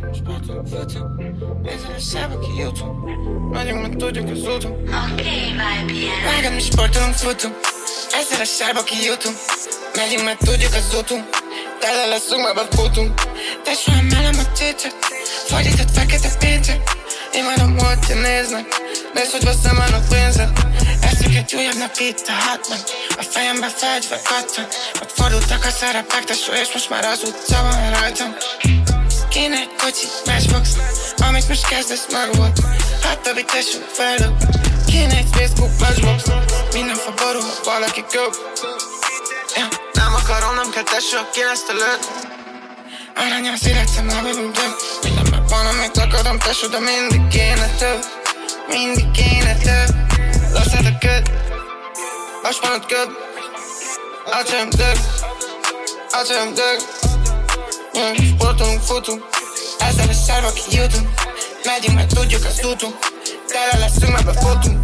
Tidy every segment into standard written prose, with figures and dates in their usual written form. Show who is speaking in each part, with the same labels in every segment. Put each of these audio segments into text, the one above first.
Speaker 1: Sportunk, futunk, nézem a szába ki jutunk. Megyünk, meg tudjuk az útunk. Vágod, mi sportolunk, futunk, ezzel a sárba ki jutunk. Megyünk, meg tudjuk az útunk. Tele leszünk, már futunk. Te soha mellem a csicset, fordított fekete pénzek. Imádom, hogy te néznek, nézd, hogy veszem el a pénzet. Eszik egy újabb nap itt a hatban, a fejembe fegyver kattan. Ott fordultak a szerepek, tesó, és most már az utca van rajtam. Kéne egy kocsi, matchbox, amit most kezdesz megvolt. Hát többi tesó, feldob. Kéne egy Space Cook matchbox, minden fa borul, ha valaki köp. Nem akarom, nem kell tesó, kéne ezt a lőtt. Aranyos életem, nem bevünk több. Minden megvan, amit akarom, tesó, de mindig kéne több. Mindig kéne több. Lassadd a köd, a spanot köd. Átjön dög, átjön dög. Sportolunk, futunk, ezzel a sárba ki jutunk. Megyünk, mert tudjuk, azt tudunk. Tele leszünk, mert befutunk.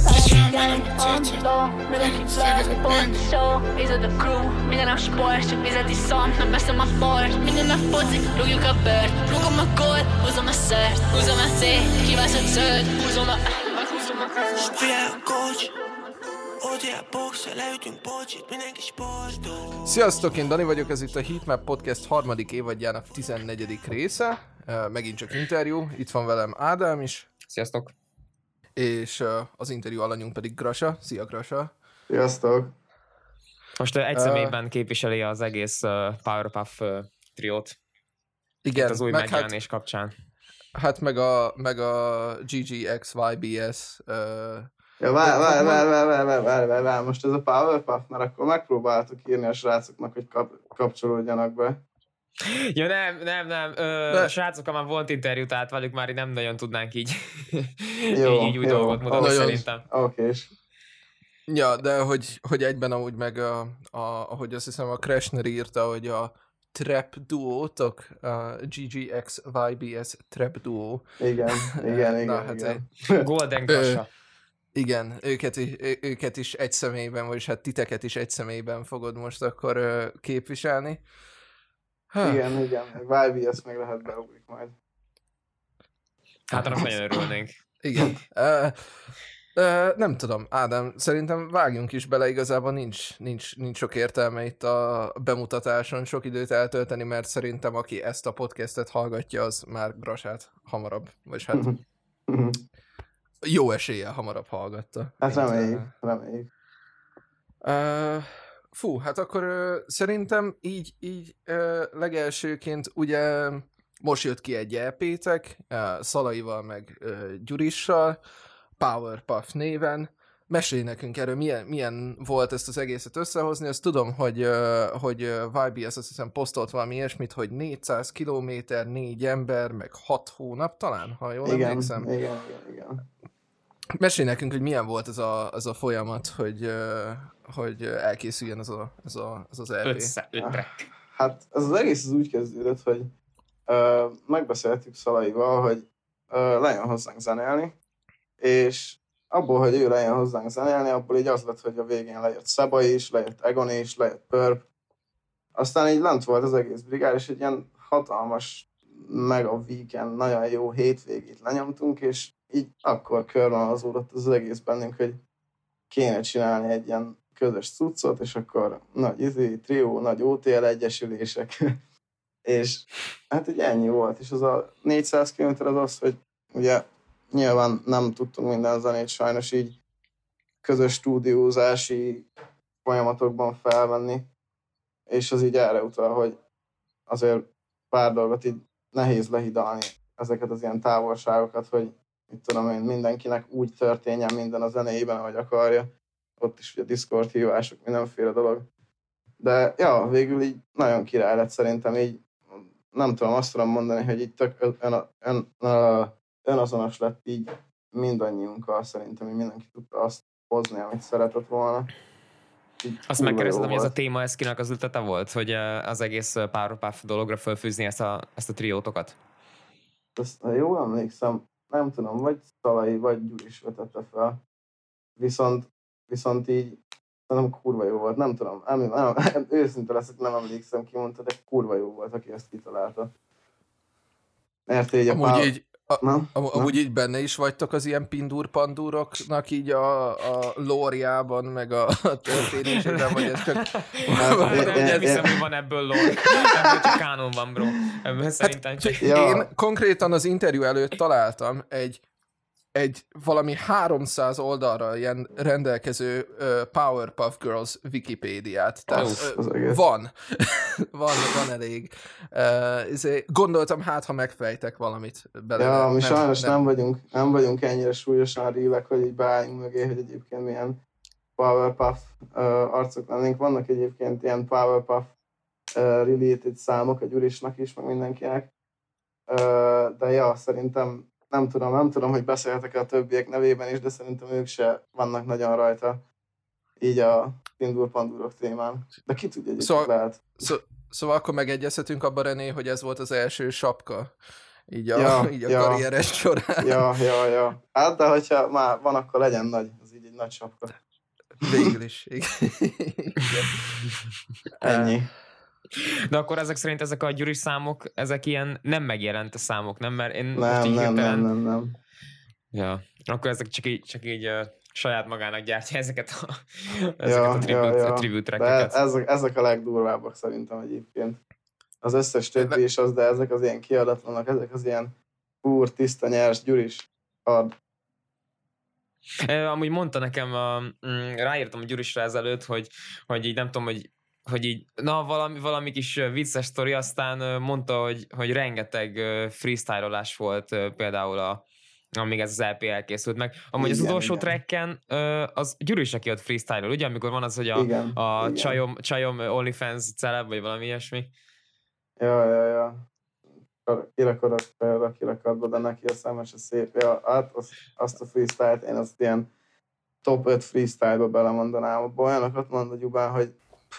Speaker 2: Nézd a crew, minden nap sport, csak vizet iszom, nem veszem a bort. Minden nap foci, rúgjuk a bört, rúgom a gólt, húzom a szert, húzom a szét, kivesz a zöld, húzom a...
Speaker 1: Figyelj a coach, ODA box, leütünk bocsit, mindenki sportol.
Speaker 3: Sziasztok, én Dani vagyok, ez itt a Heatmap Podcast harmadik évadjának 14. része. Megint csak interjú, itt van velem Ádám is.
Speaker 4: Sziasztok!
Speaker 3: És az interjú alanyunk pedig Grasa. Szia, Grasa!
Speaker 5: Sziasztok!
Speaker 4: Most egy személyben képviseli az egész Powerpuff triót.
Speaker 3: Igen,
Speaker 4: az új megjelenés kapcsán.
Speaker 3: Hát meg a GGXYBS.
Speaker 5: Ja, várj, most ez a Powerpuff, mert akkor megpróbáltuk írni a srácoknak, hogy kapcsolódjanak be.
Speaker 4: Ja, nem. Srácokkal már volt interjú, tehát velük már nem nagyon tudnánk így, így új dolgot mutatni szerintem.
Speaker 5: Oké.
Speaker 3: Ja, de hogy egyben amúgy meg ahogy azt hiszem a Krashner írta, hogy a Trap duótok, a GGXYBS Trap duo.
Speaker 5: Igen.
Speaker 3: Hát
Speaker 4: Golden Grasa.
Speaker 3: Igen, őket is egy személyben, vagyis hát titeket is egy személyben fogod most akkor képviselni.
Speaker 5: Igen, YBS meg lehet beugrik majd.
Speaker 4: Hát annak nagyon örülnénk.
Speaker 3: Igen. Nem tudom, Ádám, szerintem vágjunk is bele, igazából nincs sok értelme itt a bemutatáson sok időt eltölteni, mert szerintem aki ezt a podcastet hallgatja, az már Grasát hamarabb, vagy hát jó eséllyel hamarabb hallgatta.
Speaker 5: Hát reméljük.
Speaker 3: Hát akkor szerintem így legelsőként ugye most jött ki egy EP-tek, Szalaival meg Gyurissal, Powerpuff néven. Mesélj nekünk erről, milyen volt ezt az egészet összehozni. Azt tudom, hogy YBS azt hiszem posztolt valami ilyesmit, hogy 400 kilométer, 4 ember, meg 6 hónap talán, ha jól emlékszem.
Speaker 5: Igen.
Speaker 3: Mesélj nekünk, hogy milyen volt ez a folyamat, hogy elkészüljön ez az EP.
Speaker 4: 5 track.
Speaker 5: Hát ez az egész úgy kezdődött, hogy megbeszéltük Szalaival, hogy lejön hozzánk zenélni, és abból, hogy ő lejön hozzánk zenélni, abból így az lett, hogy a végén lejött Szeba is, lejött Egon is, lejött Pörp. Aztán így lent volt az egész brigád, és egy ilyen hatalmas mega weekend, nagyon jó hétvégét lenyomtunk, és így akkor körvonalazódott az egész bennünk, hogy kéne csinálni egy ilyen közös cuccot, és akkor nagy trió, nagy OTL egyesülések, és hát így ennyi volt, és az a 400 km az, hogy ugye nyilván nem tudtunk minden zenét sajnos így közös stúdiózási folyamatokban felvenni, és az így erre utal, hogy azért pár dolgot így nehéz lehidalni ezeket az ilyen távolságokat, hogy mit tudom én, mindenkinek úgy történjen minden a zenéjében, ahogy akarja. Ott is ugye Discord hívások, mindenféle dolog. De ja, végül így nagyon király lett szerintem így, nem tudom, azt tudom mondani, hogy így tök önazonos lett így mindannyiunkkal szerintem, hogy mindenki tudta azt hozni, amit szeretett volna. Így
Speaker 4: azt megkérdeztem, hogy ez a téma Eszkinek az ötlete volt, hogy az egész Powerpuff dologra felfűzni ezt a triótokat?
Speaker 5: Ezt, ha jól emlékszem, nem tudom, vagy Szalai, vagy Gyuri is vetette fel. Viszont így szerintem kurva jó volt, nem tudom, őszinte leszek, nem emlékszem ki mondta, de kurva jó volt, aki ezt kitalálta. Mert így
Speaker 3: amúgy így benne is vagytok az ilyen pindur-pandúroknak így a lóriában, meg a történésében, vagy ez csak...
Speaker 4: Nem hiszem, hogy van ebből lore. Ebből csak kánon van, bro. Ebből szerintem csak...
Speaker 3: Én konkrétan az interjú előtt találtam egy valami 300 oldalra ilyen rendelkező Powerpuff Girls Wikipédiát. Tehát van elég. Gondoltam, hát ha megfejtek valamit belőle.
Speaker 5: Ja, mi sajnos nem vagyunk ennyire súlyosan rílek, hogy így beálljunk mögé, hogy egyébként milyen Powerpuff arcok lennénk. Vannak egyébként ilyen Powerpuff related számok a Gyurisnak is, meg mindenkinek. De ja, szerintem nem tudom, hogy beszélhetek a többiek nevében is, de szerintem ők se vannak nagyon rajta így a Pindur-Pandurok témán. De ki tudja, hogy lehet.
Speaker 3: Szóval akkor megegyezhetünk abban, René, hogy ez volt az első sapka így a karrieres során.
Speaker 5: Ja. Hát, de hogyha már van, akkor legyen nagy. Az így egy nagy sapka.
Speaker 3: Végül is.
Speaker 5: Ennyi.
Speaker 4: De akkor ezek szerint ezek a Gyuris számok, ezek ilyen nem megjelent a számok, nem? Mert én
Speaker 5: nem.
Speaker 4: Ja, akkor ezek csak így saját magának gyártja ezeket a tribute trackeket.
Speaker 5: Ezek a legdurvábbak szerintem egyébként. Az összes többi is az, de ezek az ilyen kiadatlanak, ezek az ilyen púr, tiszta, nyers Gyuris ad.
Speaker 4: Amúgy mondta nekem, ráírtam a Gyurisra ezelőtt, hogy így nem tudom, hogy így, valami kis vicces sztori, aztán mondta, hogy rengeteg freestyle-olás volt például amíg ez az LP elkészült meg. Amúgy az utolsó tracken az Gyuris, aki ott freestyle-ol, ugye? Amikor van az, hogy a csajom OnlyFans celeb, vagy valami ilyesmi.
Speaker 5: Ja. Kirakadva, de neki a szemes a szép. Ja, hát azt a freestyle-t, én azt ilyen top 5 freestyle-ba belemondanám. Abba olyanokat mond a Gyubán, hogy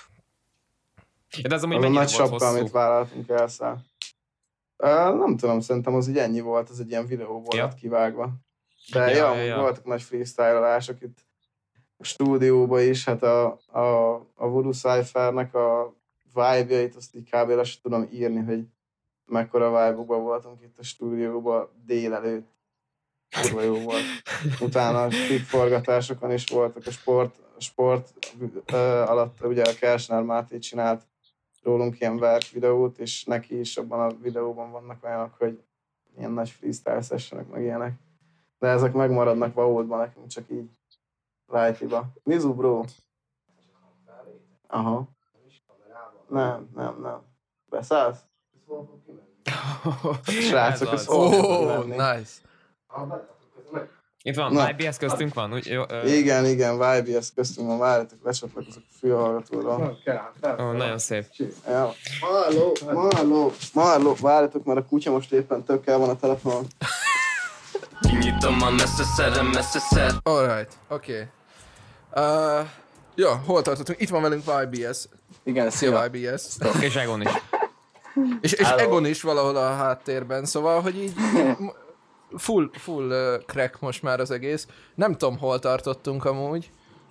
Speaker 4: de az
Speaker 5: a nagy sapka, amit vállaltunk elszáll. Nem tudom, szerintem az így ennyi volt, az egy ilyen videóból lett kivágva. De voltak nagy freestyle-olások itt a stúdióban is, hát a Voodoo Cyphernek a vibe-jait, azt így kb. Le sem tudom írni, hogy mekkora vibe-okban voltunk itt a stúdióban délelőtt. Kurva jó volt. Utána a klipforgatásokon is voltak, a sport alatt ugye a Kersner Máté csinált rólunk ilyen verk videót, és neki is abban a videóban vannak olyanok, hogy ilyen nagy freestyle sessionek, meg ilyenek. De ezek megmaradnak vaódban nekünk, csak így live-iba. Mizu, bro? Aha. Nem. Beszállsz? Srácok, ez hol
Speaker 3: nice.
Speaker 4: Itt van, YBS köztünk van, úgy? Jó,
Speaker 5: Igen, YBS köztünk van, várjátok, lecsatlakozok a fülhallgatóra.
Speaker 4: Nagyon szép.
Speaker 5: Ja. Marló, várjátok, mert a kutya most éppen tökkel van a telefonon.
Speaker 3: Alright, oké. Ja, hol tartottunk? Itt van velünk YBS.
Speaker 5: Igen, szia.
Speaker 3: YBS.
Speaker 4: És Egon is.
Speaker 3: És Egon is valahol a háttérben, szóval, hogy így full crack most már az egész. Nem tudom, hol tartottunk amúgy.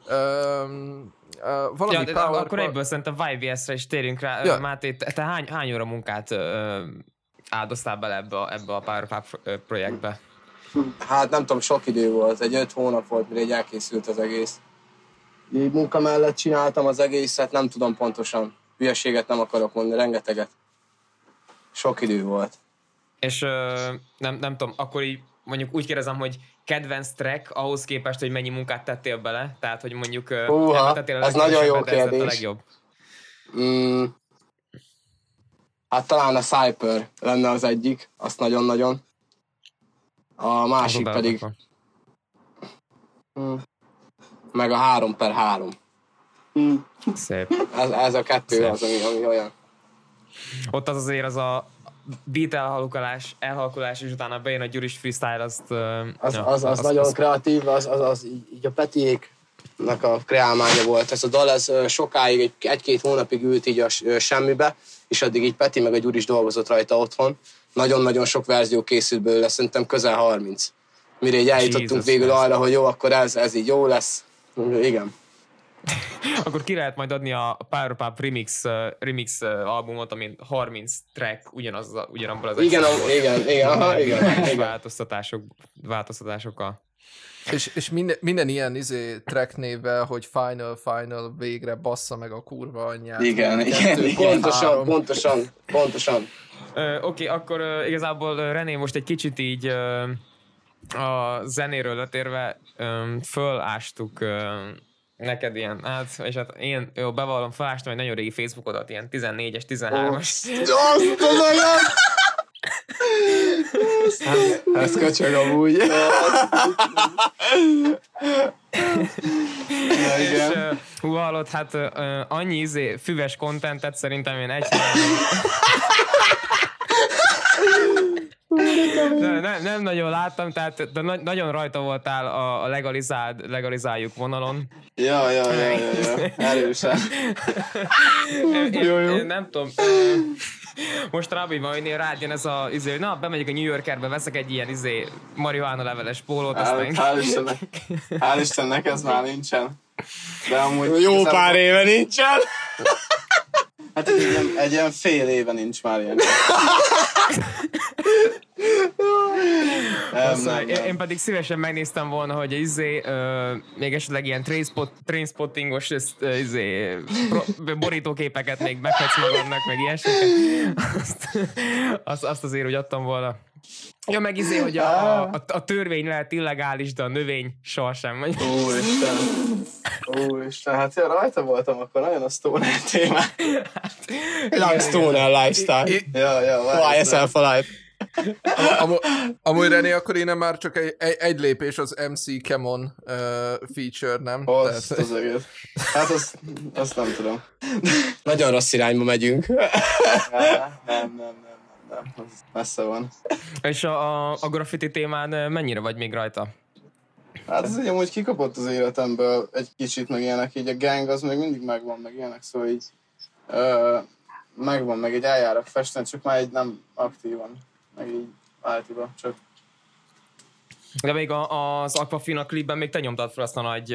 Speaker 3: Valami
Speaker 4: akkor egyből szerintem YBS-re is térjünk rá. Ja. Máté, te hány óra munkát áldoztál bele ebbe a Powerpuff projektbe?
Speaker 6: Hát nem tudom, sok idő volt. Egy 5 hónap volt, mire így elkészült az egész. Így munka mellett csináltam az egészet, nem tudom pontosan. Hülyeséget nem akarok mondani, rengeteget. Sok idő volt.
Speaker 4: És nem tudom, akkor így mondjuk úgy kérdezem, hogy kedvenc track ahhoz képest, hogy mennyi munkát tettél bele? Tehát, hogy mondjuk
Speaker 6: ez nagyon jó kérdés.
Speaker 4: A legjobb.
Speaker 6: Hát talán a Cypher lenne az egyik, azt nagyon-nagyon. A másik pedig meg a 3x3.
Speaker 4: Szép.
Speaker 6: Ez a kettő szép. Az, ami olyan.
Speaker 4: Ott az azért az a beat elhalkulás, és utána bejön a Gyuris freestyle,
Speaker 6: az nagyon kreatív, az így a Petiéknek a kreálmánya volt. Ez a dal, ez sokáig, egy-két hónapig ült így a semmibe, és addig így Peti meg a Gyuris dolgozott rajta otthon. Nagyon-nagyon sok verzió készült belőle, szerintem közel 30. Mire így eljutottunk végül arra, hogy jó, akkor ez így jó lesz. Igen.
Speaker 4: akkor ki lehet majd adni a Power Pop remix albumot, amin 30 track ugyanabból az
Speaker 6: igen,
Speaker 4: változtatásokkal.
Speaker 3: És minden ilyen track névvel, hogy final, végre bassza meg a kurva anyját.
Speaker 5: Igen.
Speaker 6: Pontosan.
Speaker 4: Oké, akkor igazából René most egy kicsit így a zenéről letérve fölástuk neked ilyen, és hát én bevallom, felástam egy nagyon régi Facebookodat, ilyen 14-es, 13-as.
Speaker 5: Ez köcsög amúgy.
Speaker 4: És hallod, hát annyi füves contentet szerintem én egy nem nagyon láttam, tehát de nagyon rajta voltál a legalizáljuk vonalon.
Speaker 5: Ja. Erősen.
Speaker 4: Én nem tudom. Most Rabi majd rád jön ez a hogy na, bemegyek a New Yorkerbe, veszek egy ilyen marihuána leveles pólót, aztán...
Speaker 5: Hál' Istennek ez már nincsen. De amúgy
Speaker 6: jó pár éve nincsen.
Speaker 5: Hát egy ilyen fél éve nincs már ilyen. Nem.
Speaker 4: Én pedig szívesen megnéztem volna, hogy még esetleg ilyen trainspottingos borítóképeket még meghetsz magadnak, meg ilyesmiket. Azt azért úgy adtam volna. Ja, meg hogy a törvény lehet illegális, de a növény sohasem.
Speaker 5: Úristen, hát ja, rajta voltam akkor nagyon a stoner témák.
Speaker 6: Stoner lifestyle.
Speaker 5: Ja,
Speaker 6: YSL for life.
Speaker 3: Amúgy René, akkor innen már csak egy lépés az MC Kemon feature, nem?
Speaker 5: Az egész. Hát azt nem tudom.
Speaker 6: Nagyon rossz irányba megyünk.
Speaker 5: Nem. Az messze van.
Speaker 4: És a graffiti témán mennyire vagy még rajta?
Speaker 5: Hát ez ugye amúgy kikapott az életemből egy kicsit, meg ilyenek, így a gang az még mindig megvan, meg ilyenek, szóval így megvan, meg így eljárok festeni, csak már így nem aktívan, meg így általában csak.
Speaker 4: De még az Aquafina klipben még te nyomtad fel azt a nagy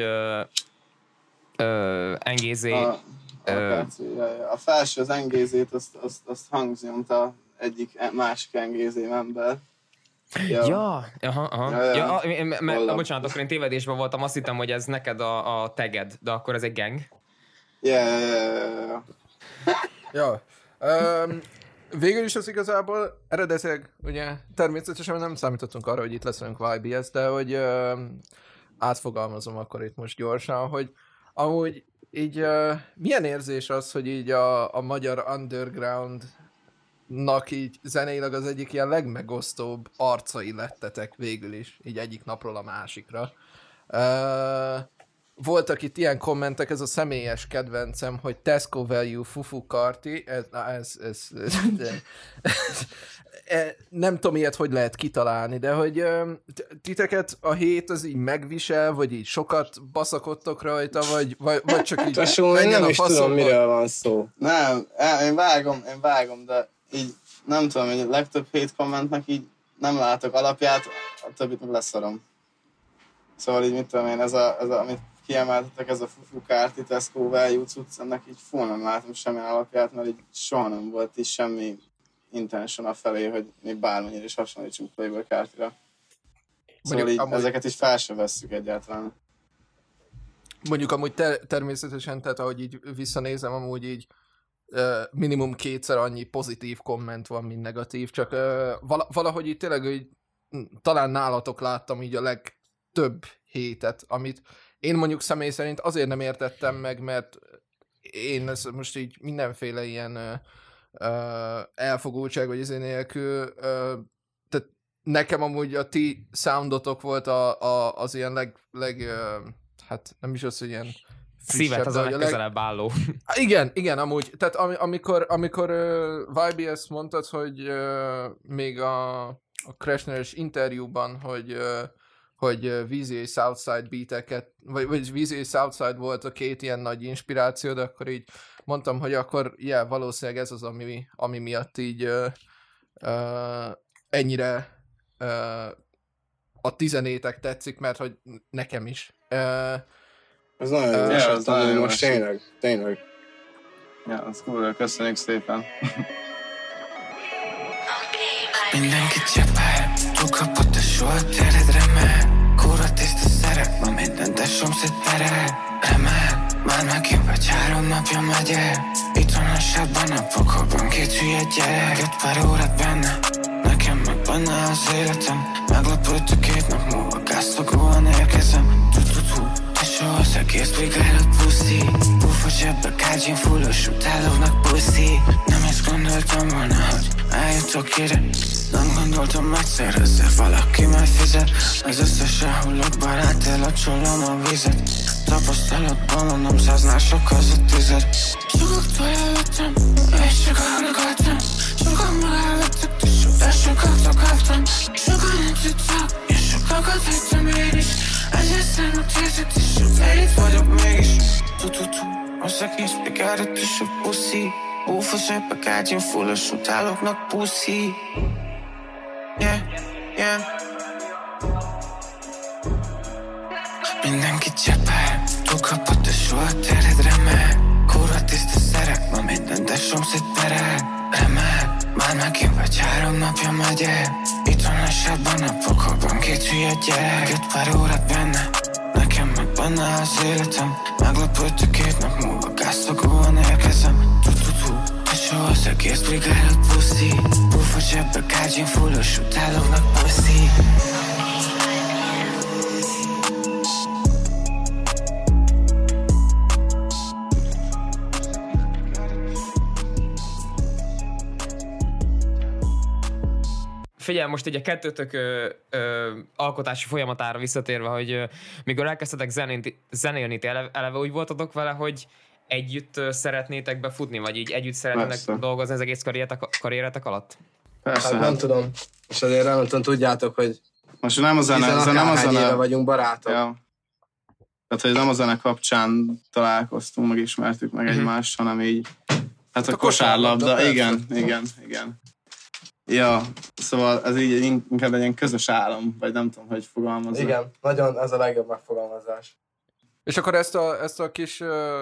Speaker 4: engézé.
Speaker 5: A felső, az engézét, azt Hangs nyomta egyik másik engézé ember.
Speaker 4: Bocsánat, akkor én tévedésben voltam, azt hittem, hogy ez neked a taged, de akkor ez egy gang.
Speaker 3: Ja. Végül is az igazából eredetileg, ugye természetesen nem számítottunk arra, hogy itt leszünk YBS, de hogy átfogalmazom akkor itt most gyorsan, hogy amúgy így milyen érzés az, hogy így a magyar undergroundnak így zeneileg az egyik ilyen legmegosztóbb arcai lettetek végül is, így egyik napról a másikra. Voltak itt ilyen kommentek, ez a személyes kedvencem, hogy Tesco Value Fufu Karti, nem tudom ilyet, hogy lehet kitalálni, de hogy titeket a hét az így megvisel, vagy így sokat baszakodtok rajta, vagy csak így...
Speaker 6: Én nem is tudom, miről van szó.
Speaker 5: Nem, én vágom, de így nem tudom, hogy a legtöbb hét kommentnek így nem látok alapját, a többit meg leszarom. Szóval így mit tudom én, ez amit kiemeltetek, ez a Fufu Kárti, Tesco Value cucc, ennek így nem látom semmi alapját, mert így soha nem volt így semmi intention a felé, hogy még bármennyire is hasonlítsunk Playboy Kártira. Szóval így ezeket is fel sem vesszük egyáltalán.
Speaker 3: Mondjuk amúgy természetesen, tehát ahogy így visszanézem, amúgy így minimum 2-szer annyi pozitív komment van, mint negatív, csak valahogy így tényleg így, talán nálatok láttam így a legtöbb hétet, amit én mondjuk személy szerint azért nem értettem meg, mert én most így mindenféle ilyen elfogultság vagy izé nélkül, tehát nekem amúgy a ti soundotok volt az ilyen hát nem is az, hogy ilyen
Speaker 4: szívet az a legközelebb álló.
Speaker 3: Igen, amúgy. Tehát amikor YBS mondtad, hogy még a Crashner-es interjúban, hogy Weezy és Southside beateket, vagy Weezy és Southside volt a két ilyen nagy inspiráció, de akkor így mondtam, hogy akkor valószínűleg ez az, ami miatt így ennyire a tizenétek tetszik, mert hogy nekem is.
Speaker 6: Ez nagyon jó, és azt tanulni most tényleg.
Speaker 5: Ja, az cool, köszönjük szépen.
Speaker 1: Mindenki csepel, túl kapott a soha teredre már. Kúra tiszta szerep, ma minden tesóm szétterel. Remel, már megint vagy 3 napja megy el. Itt van a sátban a pokolban 2 hülye gyerek. 5 pár órát benne, nekem meg benne az életem. Meglepődtök 2 nap múlva, gázszagúan érkezem. Tesó az egész brigádot puszi. Bufa zsebbe, kágyén fullos, utálóknak puszi. Nem ezt gondoltam volna, hogy eljutok ide. Nem gondoltam egyszer, ezzel valaki megfizet. Az összes elhullott barát, elacsolom a vizet. Tapasztalatban mondom, 100-nál sok az a 10. Sokaktól elvettem, és csak hallgattam. Sokan megállvettek, de sokaktól kaptam. Sokan nem tudtak, és sokakat hagytam én is. Ezért számok térzett, és sok elit vagyok mégis. Az egész brigádot és a puszi. Búfa zsebbe, kágyén fullos, utálóknak puszi. Yeah. Mindenki csepel, túl kapott a soha teredre már. Kúra tiszta szerep, ma minden tesóm szétterel. Remel, már megint vagy 3 napja megy el. Itt van a sátban a pokolban 2 hülye gyerek. 5 pár órát benne, nekem meg benne az életem. Meglepődtök 2 nap múlva, gázszagúan érkezem. Tesó az egész brigádot puszi. Bufa zsebbe, kágyén fullos, utálóknak puszi.
Speaker 4: Figyelj, most így a kettőtök alkotási folyamatára visszatérve, hogy mikor elkezdtetek zenélni, eleve úgy voltatok vele, hogy együtt szeretnétek befutni, vagy így együtt szeretnétek dolgozni az egész karrieretek alatt?
Speaker 5: Persze.
Speaker 6: Hát nem tudom. És azért nem tudom, tudjátok, hogy
Speaker 5: most nem a zene
Speaker 6: vagyunk barátok.
Speaker 5: Ja. Tehát, hogy nem a zene kapcsán találkoztunk, megismertük meg egymást, hanem így, hát a kosárlabda. Igen. Ja, szóval ez így inkább egy ilyen közös álom, vagy nem tudom, hogy fogalmazom.
Speaker 6: Igen, nagyon ez a legjobb megfogalmazás.
Speaker 3: És akkor ezt a kis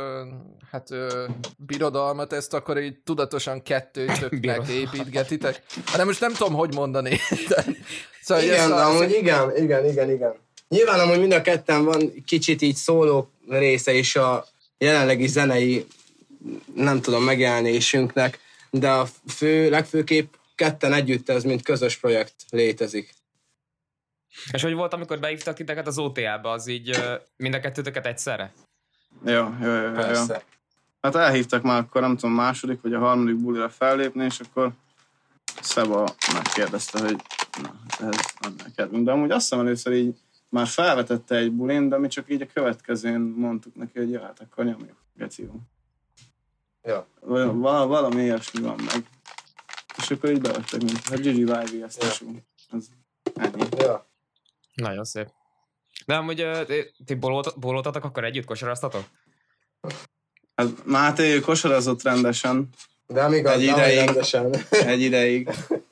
Speaker 3: birodalmat, ezt akkor így tudatosan kettőtöknek építgetitek? Hát most nem tudom, hogy mondani.
Speaker 6: Szóval igen, amúgy igen. Nyilván amúgy mind a ketten van kicsit így szóló része is a jelenlegi zenei, nem tudom, megjelenésünknek, de a legfőképp ketten együtt ez, mint közös projekt létezik.
Speaker 4: És hogy volt, amikor beívtak titeket az OTA-ba, az így mind a kettőtöket egyszerre?
Speaker 5: Jó. Hát elhívtak már akkor, nem tudom, második vagy a harmadik bulira fellépni, és akkor Szeba megkérdezte, hogy na, ez nem kedvünk. De amúgy azt hiszem először így már felvetette egy bulin, de mi csak így a következőn mondtuk neki, hogy ja, hát akkor nyomjuk, geci.
Speaker 6: Ja.
Speaker 5: Valami ilyesmi van meg. És akkor így bevettek, mint hát Gigi Vibe, ezt is. Ez ennyi.
Speaker 6: Ja.
Speaker 4: Nagyon szép. De amúgy ti bóloltatok, akkor együtt kosaraztatok?
Speaker 5: Hát Máté kosarazott rendesen.
Speaker 6: De amíg az rendesen.
Speaker 5: Egy ideig.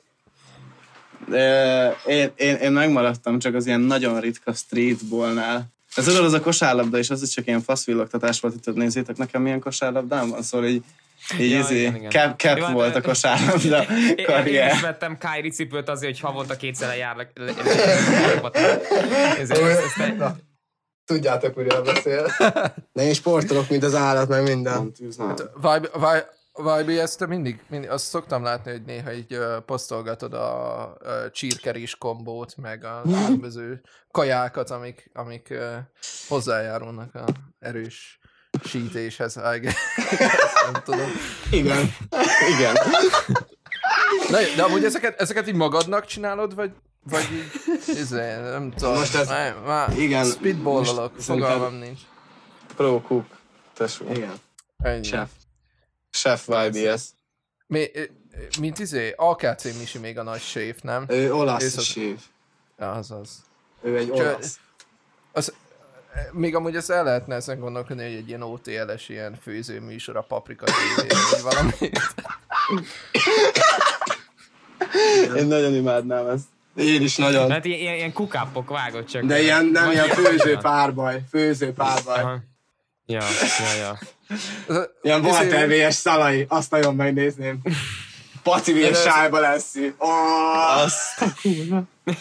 Speaker 5: De én megmaradtam csak az ilyen nagyon ritka streetballnál. Ez az a kosárlabda, és az is csak ilyen faszvillogtatás volt, itt nézzétek, nekem milyen kosárlabdám van, szóval így igen. Cap volt a kosárlabda karrier.
Speaker 4: Én is vettem Kyrie cipőt azért, hogy havonta 2-szer jár
Speaker 6: Tudjátok, miről beszél. De én sportolok, mint az állat, meg minden.
Speaker 3: Vibe, ezt mindig, azt szoktam látni, hogy néha így posztolgatod a csirkerés kombót, meg a különböző kajákat, amik hozzájárulnak a erős sítéshez. Nem tudom.
Speaker 6: Igen.
Speaker 3: De amúgy ezeket így magadnak csinálod, vagy így, nem tudom.
Speaker 6: Most ez, igen.
Speaker 3: Speedballolok, fogalmam nincs.
Speaker 5: Pro cook. Tesó.
Speaker 6: Igen.
Speaker 3: Ennyi.
Speaker 5: Chef Vibe, ez.
Speaker 3: Mint AKC Misi még a nagy séf, nem?
Speaker 6: Ő olasz séf.
Speaker 3: Azaz.
Speaker 6: Ő egy olasz.
Speaker 3: Még amúgy ezt el lehetne ezen gondolkodni, hogy egy ilyen OTL-es ilyen főzőműsor a Paprika TV-n, vagy valamit.
Speaker 5: Én nagyon imádnám ezt.
Speaker 6: Én is nagyon.
Speaker 4: Hát ilyen kukáppok vágott csak.
Speaker 6: De ilyen, nem ilyen főző párbaj.
Speaker 4: Aha. Ja.
Speaker 6: Ilyen volt TV-es Szalai, azt nagyon megnézném. Pacivér sájba lesz. Azt a kurva.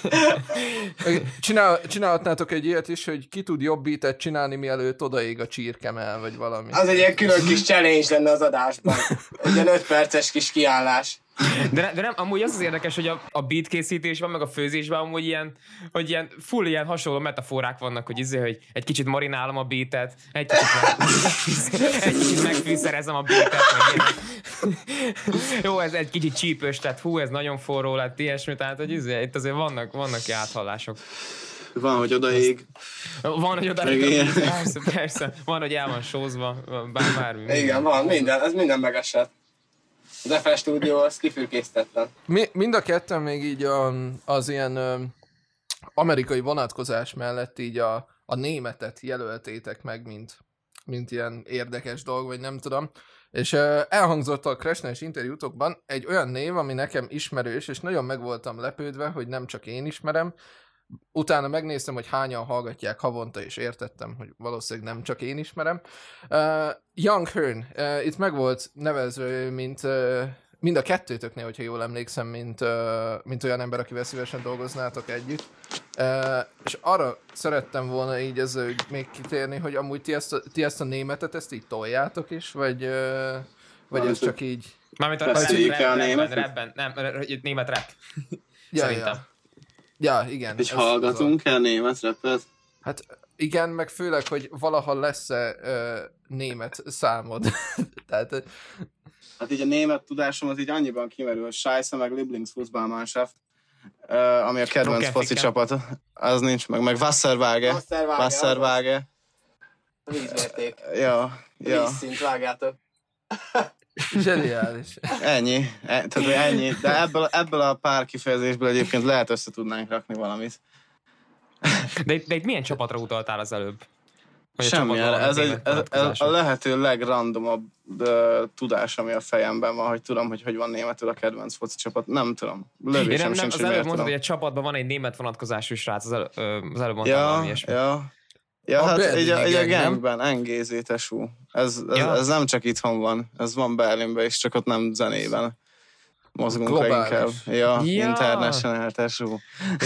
Speaker 3: Csinálhatnátok egy ilyet is, hogy ki tud jobb beatet csinálni, mielőtt odaég a csirkemell, vagy valami.
Speaker 6: Az egy ilyen külön kis challenge lenne az adásban. Egy ilyen 5 perces kis kiállás.
Speaker 4: De nem, amúgy az érdekes, hogy a beat készítésben, meg a főzésben amúgy ilyen full ilyen hasonló metaforák vannak, hogy egy kicsit marinálom a beatet, egy kicsit megfűszerezem a beatet, meg ilyen. Jó, ez egy kicsit csípős, tehát ez nagyon forró lett, ilyesmi, tehát hogy itt azért vannak áthallások.
Speaker 5: Van, hogy odaég.
Speaker 4: Van, hogy odaég. Persze. Van, hogy el van sózva, bármi.
Speaker 6: Igen, van, ez minden megesett. Az FL Studio az kifürkésztetlen.
Speaker 3: Mind a ketten még így az ilyen amerikai vonatkozás mellett így a németet jelöltétek meg, mint ilyen érdekes dolog, vagy nem tudom. És elhangzott a Crashnes interjútokban egy olyan név, ami nekem ismerős, és nagyon meg voltam lepődve, hogy nem csak én ismerem. Utána megnéztem, hogy hányan hallgatják havonta, és értettem, hogy valószínűleg nem csak én ismerem. Young Hearn, itt meg volt nevezve, mint mind a kettőtöknél, hogyha jól emlékszem, mint olyan ember, akivel szívesen dolgoznátok együtt. És arra szerettem volna így ezzel még kitérni, hogy amúgy ti ezt a németet, ezt így toljátok is, vagy ez csak így...
Speaker 4: Mármint a rapben, nem, német rap. Szerintem.
Speaker 3: Ja, igen.
Speaker 5: És hallgatunk el német rappet?
Speaker 3: Hát igen, meg főleg, hogy valaha lesz-e német számod. Tehát...
Speaker 5: Hát így a német tudásom az így annyiban kimerül, hogy Scheisse meg Lieblingsfußballmannschaft, ami a kedvenc foci csapat, az nincs meg. Meg Wasserwaage.
Speaker 6: Vízmérték.
Speaker 5: Ja.
Speaker 6: Vízszint, vágjátok.
Speaker 3: Zseniális.
Speaker 5: Ennyi. De ebből a pár kifejezésből egyébként lehet össze tudnánk rakni valamit.
Speaker 4: De itt milyen csapatra utaltál az előbb?
Speaker 5: Semmilyen. Ez a lehető legrandomabb tudás, ami a fejemben van, hogy tudom, hogy van németül a kedvenc foci csapat. Nem tudom. Lövésem sincs,
Speaker 4: az előbb mondtad, hogy a csapatban van egy német vonatkozású srác, az előbb mondtál valami ilyesmi.
Speaker 5: Ja, hát így a gangben, NGZ-tesú. Ez nem csak itthon van, ez van Berlinben is, csak ott nem zenében mozgunk
Speaker 3: globális.
Speaker 5: Leginkább. Ja. International-tesú.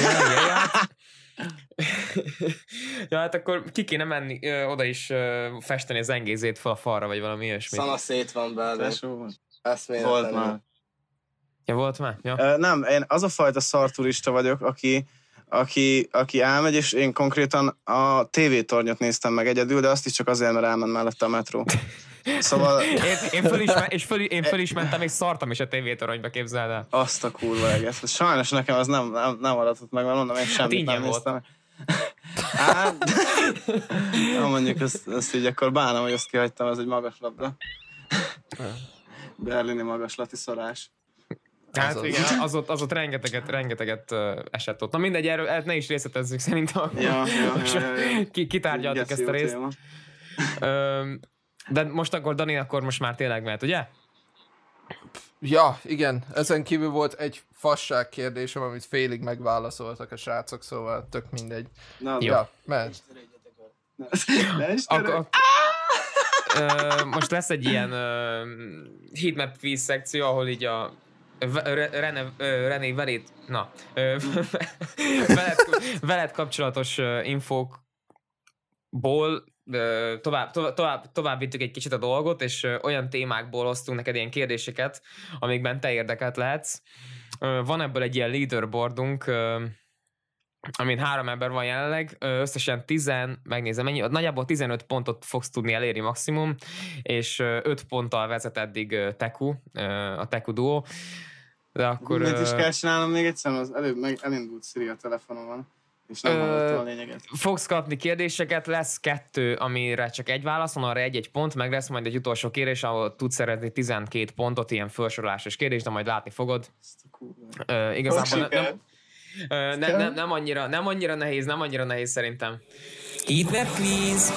Speaker 4: Ja, hát akkor ki kéne menni oda is festeni az NGZ-t fel a falra, vagy valami ilyesmi.
Speaker 6: Szana szét van belőle.
Speaker 5: Volt már.
Speaker 4: Ja, volt már? Ja.
Speaker 5: Nem, én az a fajta szarturista vagyok, aki elmegy, és én konkrétan a tévétornyot néztem meg egyedül, de azt is csak azért, mert elment mellette a metró. Szóval...
Speaker 4: Én föl is mentem, és szartam is a tévétoronyba, képzeld el.
Speaker 5: Azt a kurva eget. Sajnos nekem az nem adatott meg, mert mondom, én semmit nem néztem. Hát, mondjuk ezt így akkor bánom, hogy azt kihagytam, ez egy magaslapra. Berlini magaslati szorás.
Speaker 4: Hát igen, az ott rengeteget esett ott. Na mindegy, erről ne is részletezzük szerintem.
Speaker 5: Ja.
Speaker 4: Kitárgyaltuk ezt a részt. De most akkor, Dani, akkor most már tényleg mehet, ugye?
Speaker 3: Ja, igen. Ezen kívül volt egy fasság kérdésem, amit félig megválaszoltak a srácok, szóval tök mindegy. Ja, mehet.
Speaker 4: Most lesz egy ilyen heatmap quiz szekció, ahol így a René veled kapcsolatos infókból tovább vittük egy kicsit a dolgot, és olyan témákból hoztunk neked ilyen kérdéseket, amikben te érdekelt lehetsz. Van ebből egy ilyen leaderboardunk, amin 3 ember van jelenleg, összesen megnézem mennyi, nagyjából 15 pontot fogsz tudni elérni maximum, és 5 ponttal vezet eddig Teku, a Teku duo. De akkor...
Speaker 5: Mit is kell csinálnom még egyszer, az előbb elindult Siri a telefonomon, és nem hallottam a lényeget.
Speaker 4: Fogsz kapni kérdéseket, lesz 2, amire csak egy válasz van, arra 1-1 pont, meg lesz majd egy utolsó kérdés, ahol tudsz szeretni 12 pontot, ilyen felsorolásos kérdés, de majd látni fogod. Igazából nem annyira nehéz szerintem.
Speaker 1: Heatmap quiz.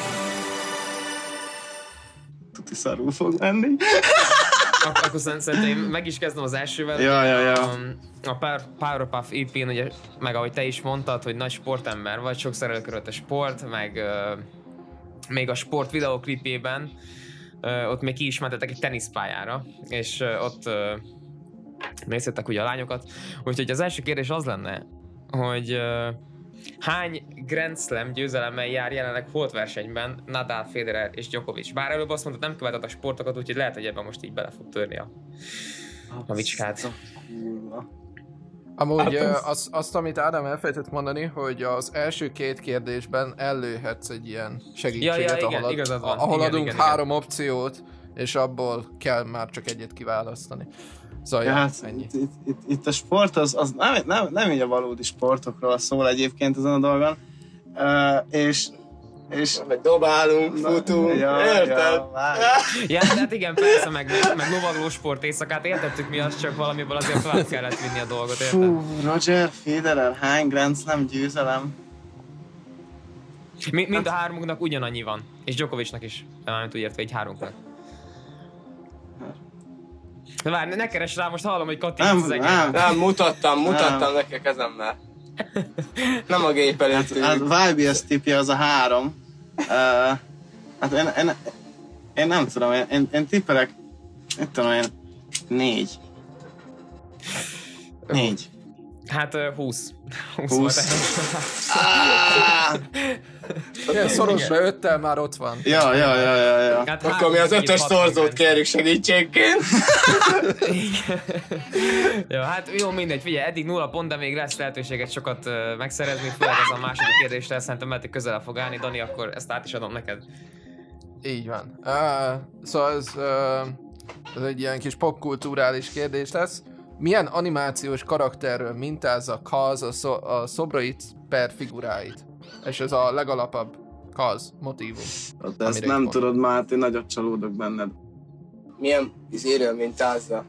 Speaker 5: Tuti szarul fog menni.
Speaker 4: Akkor szerintem én meg is kezdem az elsővel.
Speaker 5: Ja.
Speaker 4: A Powerpuff EP-n, ugye, meg ahogy te is mondtad, hogy nagy sportember vagy, sokszor előkerült a sport, meg még a sport videóklipjében ott még ki is mentetek egy teniszpályára, és ott nézhettek ugye a lányokat. Úgyhogy az első kérdés az lenne, hogy hány Grand Slam győzelemmel jár jelenleg holtversenyben Nadal, Federer és Djokovic? Bár előbb azt mondtad, nem követed a sportokat, úgyhogy lehet, hogy ebben most így bele fog törni a vicskát.
Speaker 3: Amúgy azt, amit Ádám elfelejtett mondani, hogy az első 2 kérdésben ellőhetsz egy ilyen segítséget, ahol adunk 3 opciót, és abból kell már csak egyet kiválasztani. Szóval
Speaker 5: hát,
Speaker 3: ennyi.
Speaker 5: Itt a sport az nem így a valódi sportokról szól egyébként ezen a dolgon. És
Speaker 6: meg dobálunk, futunk, érted?
Speaker 4: Ja, hát igen, persze, meg lovagló sport éjszakát értettük mi, az csak valamiből azért tovább kellett vinni a dolgot, érted?
Speaker 5: Fú, Roger Federer, hány Grand Slam győzelem?
Speaker 4: Mind a 3-uknak ugyanannyi van, és Djokovicnak is, mármint úgy értve, így 3-nak. De várj, ne keresd rá, most hallom, hogy Kati az egész.
Speaker 6: Nem, mutattam neki a kezemmel. Nem a gép előtt.
Speaker 5: Hát YBS tipje az a 3. Hát én nem tudom, én tippelek, mit tudom én, 4.
Speaker 4: Hát 20.
Speaker 5: 20.
Speaker 3: Ilyen szorosra 5-tel már ott van.
Speaker 5: Ja.
Speaker 4: Hát
Speaker 6: akkor mi az 5-ös szorzót kérjük segítségként.
Speaker 4: Jó, hát jó, mindegy, figyelj, eddig 0 pont, de még lesz lehetőséget sokat megszerezni, főleg ez a második kérdésre, szerintem mert közel fog állni. Dani, akkor ezt át is adom neked.
Speaker 3: Így van. Szóval ez egy ilyen kis popkulturális kérdés lesz. Milyen animációs karakterről mintázza Kaz a szobrait per figuráit? És ez a legalapabb Kaz motívum.
Speaker 5: De ezt nem tudod, Máté, nagyot csalódok benned.
Speaker 6: Milyen izéről mintázza?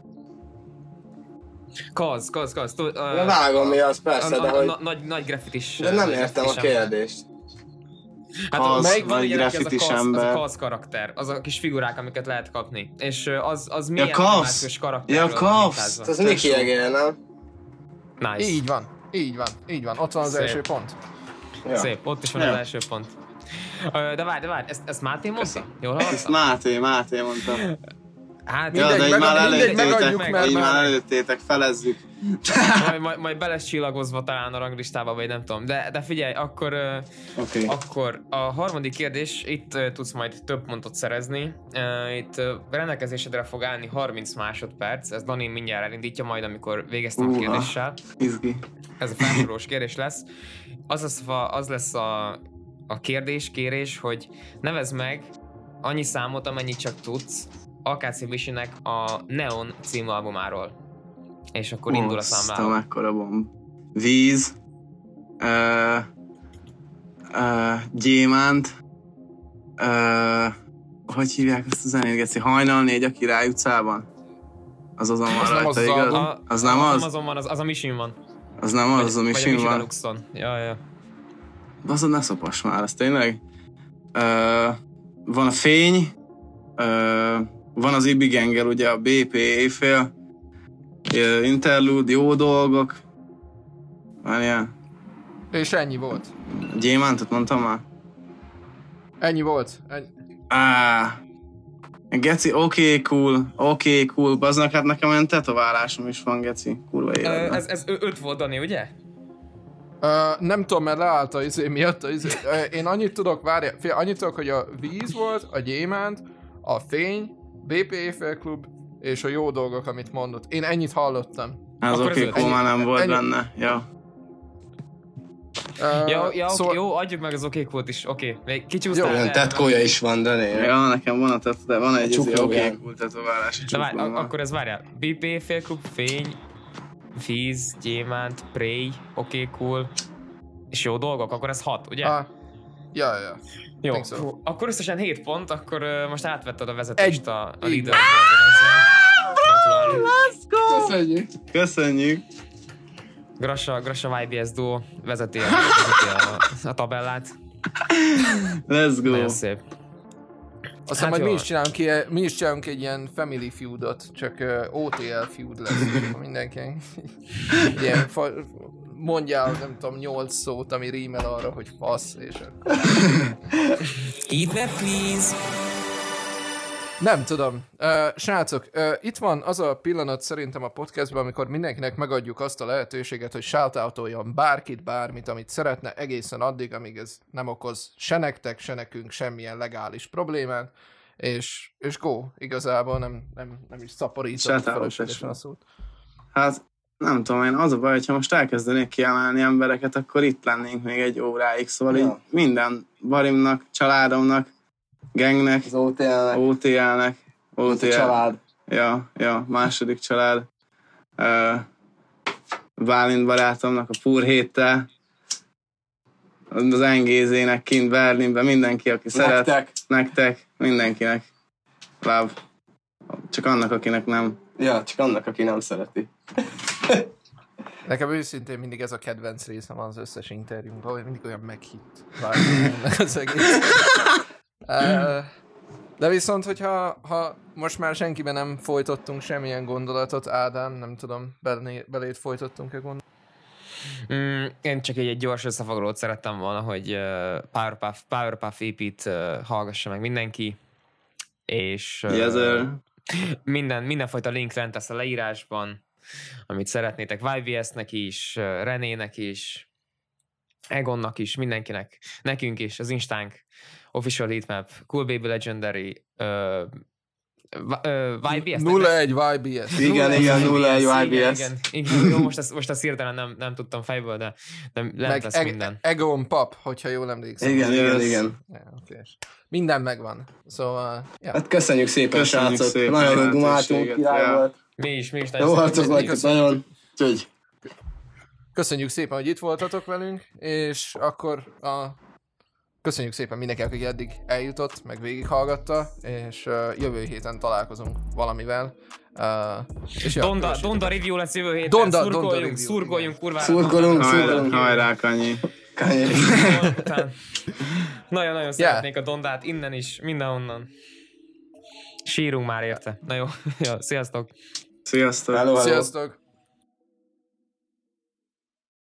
Speaker 4: Kaz.
Speaker 6: De vágom mi az, persze, de hogy...
Speaker 4: Nagy graffitis...
Speaker 6: De nem értem a kérdést.
Speaker 5: Kaz, nagy graffitis ember.
Speaker 4: Az a Kaz karakter, az a kis figurák, amiket lehet kapni. És az milyen animációs karakterről mintázva?
Speaker 6: Az Nicky Egér, nem?
Speaker 4: Nice.
Speaker 3: Így van. Ott van az első pont.
Speaker 4: Ja. Szép, ott is van az első pont. De várj, ezt Máté mondta? Jól hallottam?
Speaker 5: Ezt Máté mondta.
Speaker 4: Hát
Speaker 3: mindegy,
Speaker 5: már előttétek, felezzük.
Speaker 4: Majd be lesz csillagozva talán a ranglistába, vagy nem tudom. De figyelj, akkor a harmadik kérdés, itt tudsz majd több pontot szerezni. Itt rendelkezésedre fog állni 30 másodperc, ez Dani mindjárt elindítja majd, amikor végeztem a kérdéssel.
Speaker 5: Izgi.
Speaker 4: Ez a felsorolós kérdés lesz. Az lesz a kérés, hogy nevezd meg annyi számot, amennyit csak tudsz Akátsi Misinek a Neon című albumáról. És akkor indul a számláló.
Speaker 5: Mekkora bomb. Víz. Gyémánt. Hogy hívják azt a zenét, Geci? Hajnal 4 a Király utcában? Az van rajta, igaz? Az nem az?
Speaker 4: Azon van, az a Mission van.
Speaker 5: Az nem az a Mission van?
Speaker 4: Deluxe-on. Ja.
Speaker 5: Azon ne szopas már, az tényleg? Van a Fény. Van az Ibi Gengel, ugye a BP éjfél. Interlude, jó dolgok. Várjál.
Speaker 3: És ennyi volt.
Speaker 5: Gyémántot mondtam már?
Speaker 3: Ennyi volt.
Speaker 5: Geci, oké, cool. Baznak, hát nekem olyan tetoválásom is van, Geci. Kurva életben.
Speaker 4: Ez 5 volt, Dani, ugye?
Speaker 3: Nem tudom, mert leállt az izé miatt. Én annyit tudok, annyit tudok, hogy a víz volt, a gyémánt, a fény, BP Éjfélklub, és a jó dolgok, amit mondott. Én ennyit hallottam.
Speaker 5: Az oké, már nem volt benne. Ja.
Speaker 4: Szóval... Jó, adjuk meg az oké-kult is. Oké, még kicsúsztál.
Speaker 6: Olyan tetkója is van, Dani.
Speaker 5: Ja, nekem van de van egy oké-kult tetoválási csuklóban.
Speaker 4: Akkor ez várjál. BP Éjfélklub, fény, víz, gyémánt, Prey, oké-cool, és jó dolgok, akkor ez 6, ugye?
Speaker 3: Ja.
Speaker 4: Jó, akkor összesen 7 pont, akkor most átvetted a vezetést a leaderboardon ezzel.
Speaker 5: Let's go! Köszönjük!
Speaker 4: Grassa YBS Duo vezeti a tabellát.
Speaker 5: Let's go!
Speaker 4: Nagyon szép.
Speaker 3: Aztán majd mi is csinálunk egy ilyen family feudot, csak OTL feud lesz mindenki. Ilyen mondjál, nem tudom, 8 szót, ami rímel arra, hogy fasz, és
Speaker 1: Heatmap, please!
Speaker 3: Nem tudom. Srácok, itt van az a pillanat szerintem a podcastban, amikor mindenkinek megadjuk azt a lehetőséget, hogy shoutoutoljon bárkit, bármit, amit szeretne, egészen addig, amíg ez nem okoz se nektek, se nekünk semmilyen legális problémát, és go, igazából nem is szaporítom feleslegesen a szót.
Speaker 5: Hát nem tudom, én az a baj, hogyha most elkezdenék kiemelni embereket, akkor itt lennénk még egy óráig, szóval így minden barimnak, családomnak, gangnek,
Speaker 6: Az OTL-nek.
Speaker 5: OTL-nek.
Speaker 6: OTL. Család.
Speaker 5: Ja, második család. Bálint barátomnak, a Pur héttel. Az Engézének kint Berlinben, mindenki, aki szeret. Nektek, mindenkinek. Love. Csak annak, akinek nem.
Speaker 6: Ja, csak annak, aki nem szereti.
Speaker 3: Nekem őszintén mindig ez a kedvenc részem az összes interjúmban, hogy mindig olyan meghitt várják az egész. De viszont, hogyha most már senkiben nem folytottunk semmilyen gondolatot, Ádám, nem tudom, belét folytottunk-e gondolatot?
Speaker 4: Én csak egy gyors összefoglalót szerettem volna, hogy Powerpuff EP-t hallgassa meg mindenki, és mindenfajta link lent lesz a leírásban, amit szeretnétek, YVS-nek is, Renének is, Egonnak is, mindenkinek, nekünk is, az Instánk, Official Heatmap, Cool Baby Legendary, YBS?
Speaker 3: 01 YBS.
Speaker 5: Igen, 01 YBS.
Speaker 4: Igen. Jó, most ezt hirtelen nem tudtam fejből, de lent lesz minden.
Speaker 3: Egon Pap, hogyha jól emlékszem.
Speaker 6: Igen.
Speaker 3: Ja, okay. Minden megvan. Szóval, ja.
Speaker 6: Hát köszönjük szépen, srácok. Nagyon jó dumáltunk, király volt.
Speaker 4: Mi is.
Speaker 6: Jó harcok vagytok, nagyon. Úgyhogy.
Speaker 3: Köszönjük szépen, hogy itt voltatok velünk, és akkor köszönjük szépen mindenkinek, aki eddig eljutott, meg végighallgatta, és jövő héten találkozunk valamivel. És
Speaker 4: Donda review lesz jövő héten, szurkoljunk kurvára.
Speaker 6: Szurkolunk.
Speaker 5: Hajrá, Kanyi.
Speaker 4: Nagyon-nagyon szeretnék a Dondát innen is, mindenhonnan. Sírunk már érte. Na jó, sziasztok.
Speaker 5: Sziasztok.
Speaker 6: Hello.
Speaker 3: Sziasztok.